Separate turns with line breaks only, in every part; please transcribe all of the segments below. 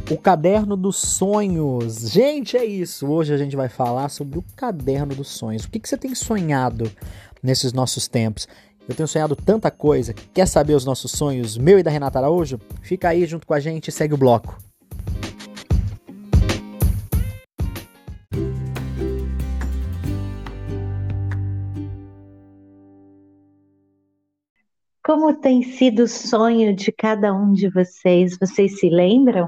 O caderno dos sonhos. Gente, é isso. Hoje a gente vai falar sobre o caderno dos sonhos. O que você tem sonhado nesses nossos tempos? Eu tenho sonhado tanta coisa. Quer saber os nossos sonhos, meu e da Renata Araújo? Fica aí junto com a gente e segue o bloco.
Como tem sido o sonho de cada um de vocês? Vocês se lembram?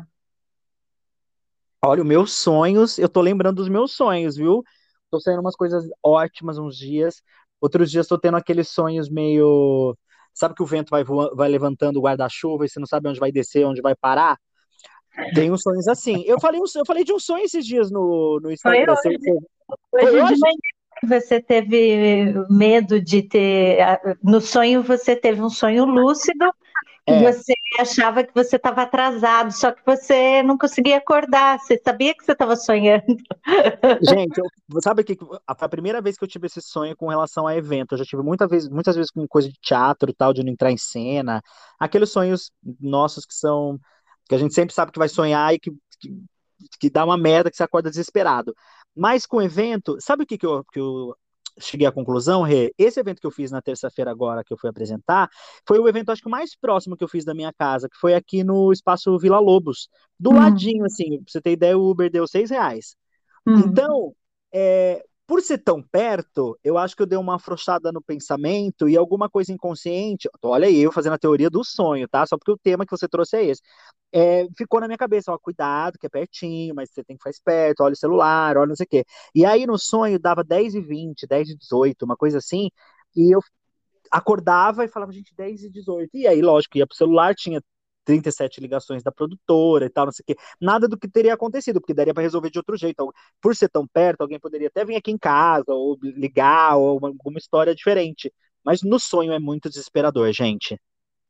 Olha, os meus sonhos, eu tô lembrando dos meus sonhos, viu? Tô saindo umas coisas ótimas uns dias. Outros dias tô tendo aqueles sonhos meio. Sabe que o vento vai levantando o guarda-chuva e você não sabe onde vai descer, onde vai parar? Tem uns sonhos assim. Eu falei de um sonho esses dias no
Foi
Instagram. Foi
hoje de
hoje?
manhã que você teve medo de ter. No sonho, você teve um sonho lúcido que
É.
você achava que você estava atrasado, só que você não conseguia acordar. Você sabia que você estava sonhando.
Gente, sabe que foi a primeira vez que eu tive esse sonho com relação a evento. Eu já tive muitas vezes com coisa de teatro e tal, de não entrar em cena. Aqueles sonhos nossos que a gente sempre sabe que vai sonhar e que dá uma merda que você acorda desesperado. Mas com evento, sabe o que eu cheguei à conclusão, Rê? Esse evento que eu fiz na terça-feira agora, que eu fui apresentar, foi o evento, acho que o mais próximo que eu fiz da minha casa, que foi aqui no Espaço Vila Lobos. Do
Hum,
ladinho, assim, pra você ter ideia, o Uber deu R$ 6.
hum.
Então, por ser tão perto, eu acho que eu dei uma afrouxada no pensamento e alguma coisa inconsciente. Olha aí, eu fazendo a teoria do sonho, tá? Só porque o tema que você trouxe é esse. Ficou na minha cabeça, ó, cuidado, que é pertinho, mas você tem que ficar esperto, olha o celular, olha não sei o quê. E aí no sonho dava 10h20, 10h18, uma coisa assim, e eu acordava e falava, gente, 10h18. E aí, lógico, ia pro celular, tinha 37 ligações da produtora e tal, não sei o quê. Nada do que teria acontecido, porque daria para resolver de outro jeito. Então, por ser tão perto, alguém poderia até vir aqui em casa, ou ligar, ou alguma história diferente. Mas no sonho é muito desesperador, gente.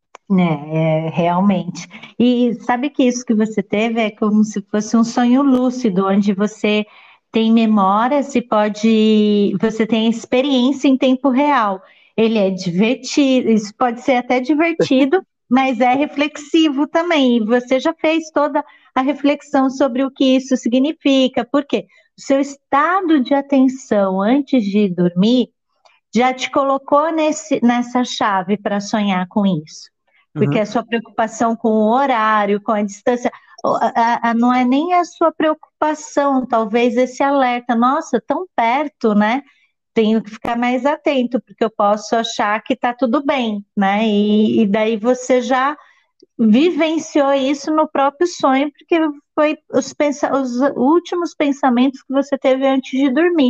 Realmente. E sabe que isso que você teve é como se fosse um sonho lúcido, onde você tem memórias e você tem experiência em tempo real. Ele é divertido, isso pode ser até divertido, mas é reflexivo também. E você já fez toda a reflexão sobre o que isso significa, porque o seu estado de atenção antes de dormir já te colocou nessa chave para sonhar com isso. Porque
Uhum.
a sua preocupação com o horário, com a distância, não é nem a sua preocupação, talvez esse alerta, nossa, tão perto, né? Tenho que ficar mais atento, porque eu posso achar que está tudo bem, né? E daí você já vivenciou isso no próprio sonho, porque foi os últimos pensamentos que você teve antes de dormir.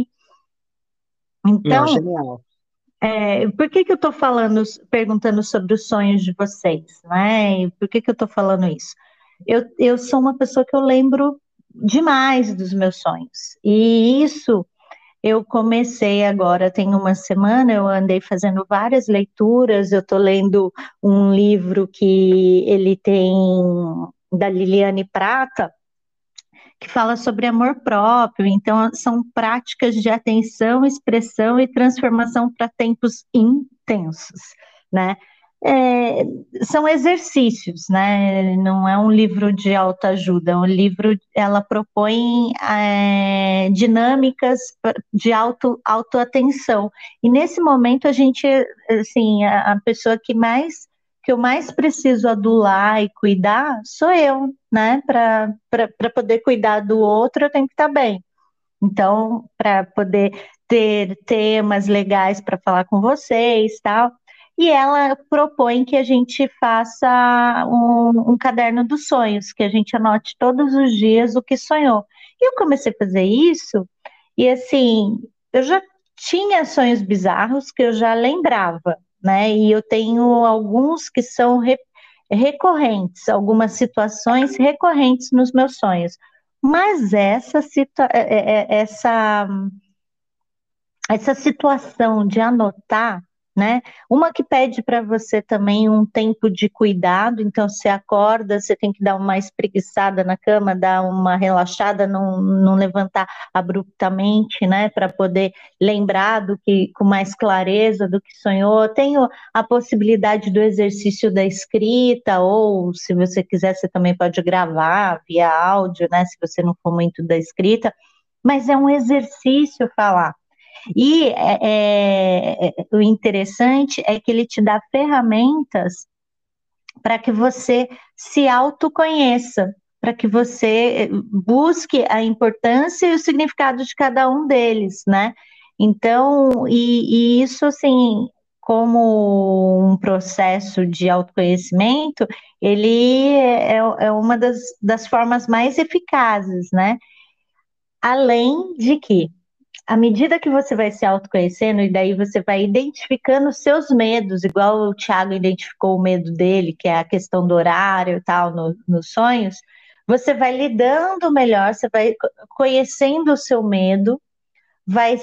Não,
Então,
genial.
por que que eu estou falando, perguntando sobre os sonhos de vocês, né? E por que que eu estou falando isso? Eu sou uma pessoa que eu lembro demais dos meus sonhos. E isso eu comecei agora, tem uma semana, eu andei fazendo várias leituras, eu estou lendo um livro que ele tem da Liliane Prata, que fala sobre amor próprio. Então, são práticas de atenção, expressão e transformação para tempos intensos, né? É, são exercícios, né? Não é um livro de autoajuda, é um livro, ela propõe dinâmicas de autoatenção. E nesse momento a gente, assim, a pessoa que eu mais preciso adular e cuidar sou eu, né? Para poder cuidar do outro, eu tenho que estar bem. Então, para poder ter temas legais para falar com vocês, tal. E ela propõe que a gente faça um caderno dos sonhos, que a gente anote todos os dias o que sonhou. E eu comecei a fazer isso, e assim, eu já tinha sonhos bizarros que eu já lembrava, né? E eu tenho alguns que são recorrentes, algumas situações recorrentes nos meus sonhos. Mas essa situação de anotar, né? Uma que pede para você também um tempo de cuidado, então você acorda, você tem que dar uma espreguiçada na cama, dar uma relaxada, não levantar abruptamente, né? Para poder lembrar do que com mais clareza do que sonhou. Tem a possibilidade do exercício da escrita, ou se você quiser, você também pode gravar via áudio, né? Se você não for muito da escrita, mas é um exercício falar. E o interessante é que ele te dá ferramentas para que você se autoconheça, para que você busque a importância e o significado de cada um deles, né? Então, e isso, assim, como um processo de autoconhecimento, ele é uma das formas mais eficazes, né? Além de que à medida que você vai se autoconhecendo, e daí você vai identificando os seus medos, igual o Thiago identificou o medo dele, que é a questão do horário e tal, nos sonhos, você vai lidando melhor, você vai conhecendo o seu medo, vai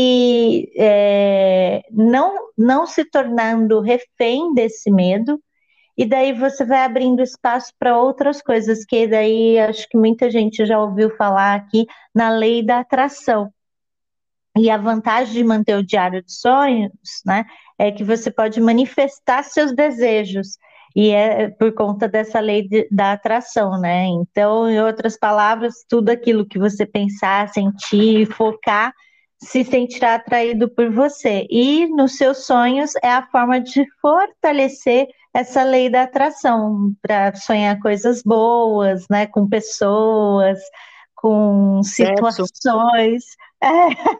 não se tornando refém desse medo, e daí você vai abrindo espaço para outras coisas, que daí acho que muita gente já ouviu falar aqui na lei da atração. E a vantagem de manter o diário de sonhos, né, é que você pode manifestar seus desejos. E é por conta dessa lei da atração, né? Então, em outras palavras, tudo aquilo que você pensar, sentir, focar, se sentirá atraído por você. E nos seus sonhos é a forma de fortalecer essa lei da atração, para sonhar coisas boas, né? Com pessoas, com
Sexo.
situações. É.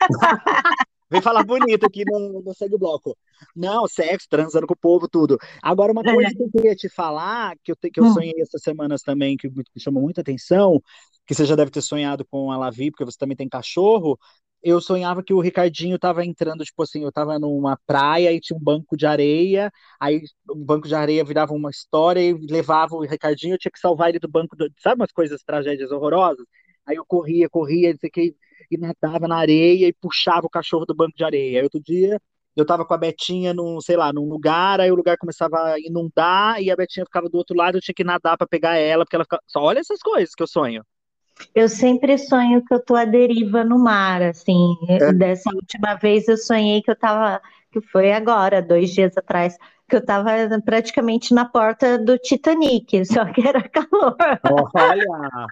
Vem falar bonito aqui, não segue o bloco. Não, sexo, transando com o povo, tudo. Agora, uma coisa que eu queria te falar, que eu
Hum.
sonhei essas semanas também, que chamou muita atenção, que você já deve ter sonhado com a Lavi, porque você também tem cachorro. Eu sonhava que o Ricardinho tava entrando, tipo assim, eu tava numa praia e tinha um banco de areia, aí o banco de areia virava uma história e levava o Ricardinho, eu tinha que salvar ele do banco, sabe umas coisas, tragédias horrorosas? Aí eu corria, não sei o que, e nadava na areia e puxava o cachorro do banco de areia. Aí outro dia eu tava com a Betinha num, sei lá, num lugar, aí o lugar começava a inundar e a Betinha ficava do outro lado, eu tinha que nadar para pegar ela, porque ela ficava... Só olha essas coisas que eu sonho.
Eu sempre sonho que eu tô à deriva no mar, assim.
É.
Dessa última vez eu sonhei que eu tava, que foi agora, 2 dias atrás, que eu tava praticamente na porta do Titanic, só que era calor.
Olha,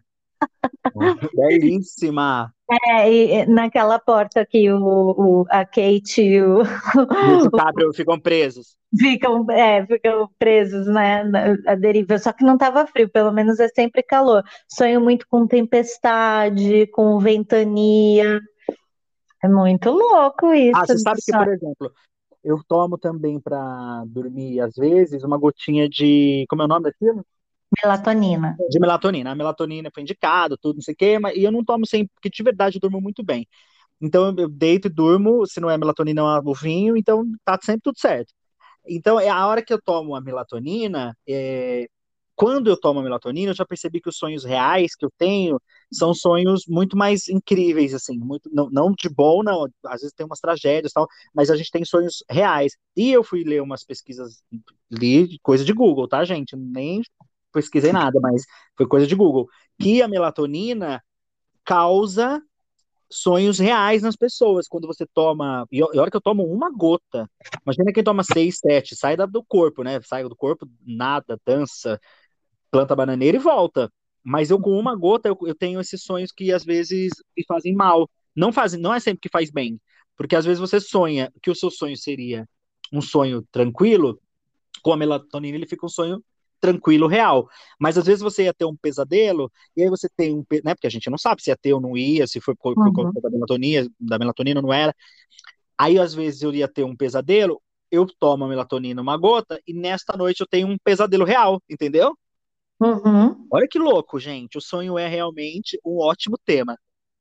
belíssima.
E naquela porta que a Kate e o,
E o DiCaprio ficam presos.
ficam presos, né, à deriva. Só que não estava frio, pelo menos é sempre calor. Sonho muito com tempestade, com ventania. É muito louco
Ah,
isso
você
do
sabe que, por
sonho.
exemplo, eu tomo também para dormir, às vezes, uma gotinha de. Como é o nome daquilo?
Melatonina.
De melatonina. A melatonina foi indicado, tudo, não sei o quê, mas, e eu não tomo sempre, porque de verdade eu durmo muito bem. Então eu deito e durmo, se não é melatonina, é o vinho, então tá sempre tudo certo. Então, é a hora que eu tomo a melatonina, quando eu tomo a melatonina, eu já percebi que os sonhos reais que eu tenho são sonhos muito mais incríveis, assim, muito, não de bom, não, às vezes tem umas tragédias e tal, mas a gente tem sonhos reais. E eu fui ler umas pesquisas, li coisa de Google, tá, gente? Nem pesquisei nada, mas foi coisa de Google, que a melatonina causa sonhos reais nas pessoas. Quando você toma. E a hora que eu tomo uma gota, imagina quem toma seis, sete, sai do corpo, né? Sai do corpo, nada, dança, planta bananeira e volta. Mas eu com uma gota, eu tenho esses sonhos que às vezes me fazem mal. Não fazem, não é sempre que faz bem. Porque às vezes você sonha que o seu sonho seria um sonho tranquilo, com a melatonina ele fica um sonho tranquilo, real. Mas às vezes você ia ter um pesadelo, e aí você tem né? Porque a gente não sabe se ia ter ou não ia, se foi por conta
Uhum.
da melatonina ou não era. Aí às vezes eu ia ter um pesadelo, eu tomo a melatonina uma gota, e nesta noite eu tenho um pesadelo real, entendeu?
Uhum.
Olha que louco, gente. O sonho é realmente um ótimo tema.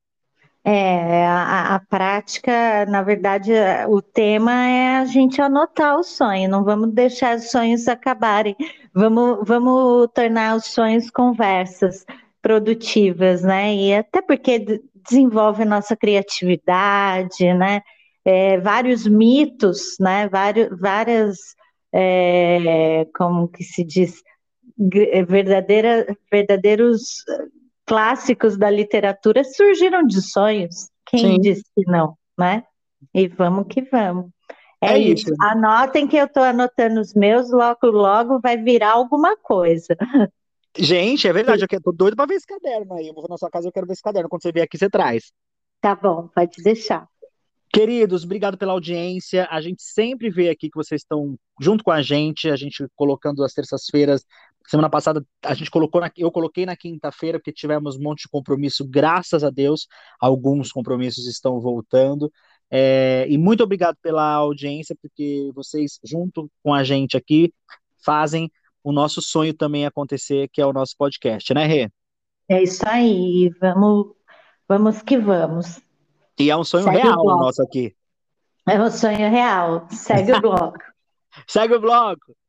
A prática, na verdade, o tema é a gente anotar o sonho, não vamos deixar os sonhos acabarem, vamos tornar os sonhos conversas produtivas, né? E até porque desenvolve nossa criatividade, né? vários mitos, né? Várias, como que se diz, verdadeiros clássicos da literatura surgiram de sonhos. Quem
Sim,
disse que não, né? E vamos que vamos. É
é isso.
isso. Anotem que eu estou anotando os meus, logo, logo vai virar alguma coisa.
Gente, é verdade, eu tô doido pra ver esse caderno aí. Eu vou na sua casa, eu quero ver esse caderno. Quando você vier aqui, você traz.
Tá bom, pode deixar.
Queridos, obrigado pela audiência. A gente sempre vê aqui que vocês estão junto com a gente colocando as terças-feiras. Semana passada a gente eu coloquei na quinta-feira porque tivemos um monte de compromisso, graças a Deus. Alguns compromissos estão voltando. E muito obrigado pela audiência, porque vocês, junto com a gente aqui, fazem o nosso sonho também acontecer, que é o nosso podcast, né, Rê?
É isso aí. Vamos que vamos.
E é um sonho
Segue o
real o
bloco.
nosso aqui.
É um sonho real. Segue o bloco.
Segue o bloco!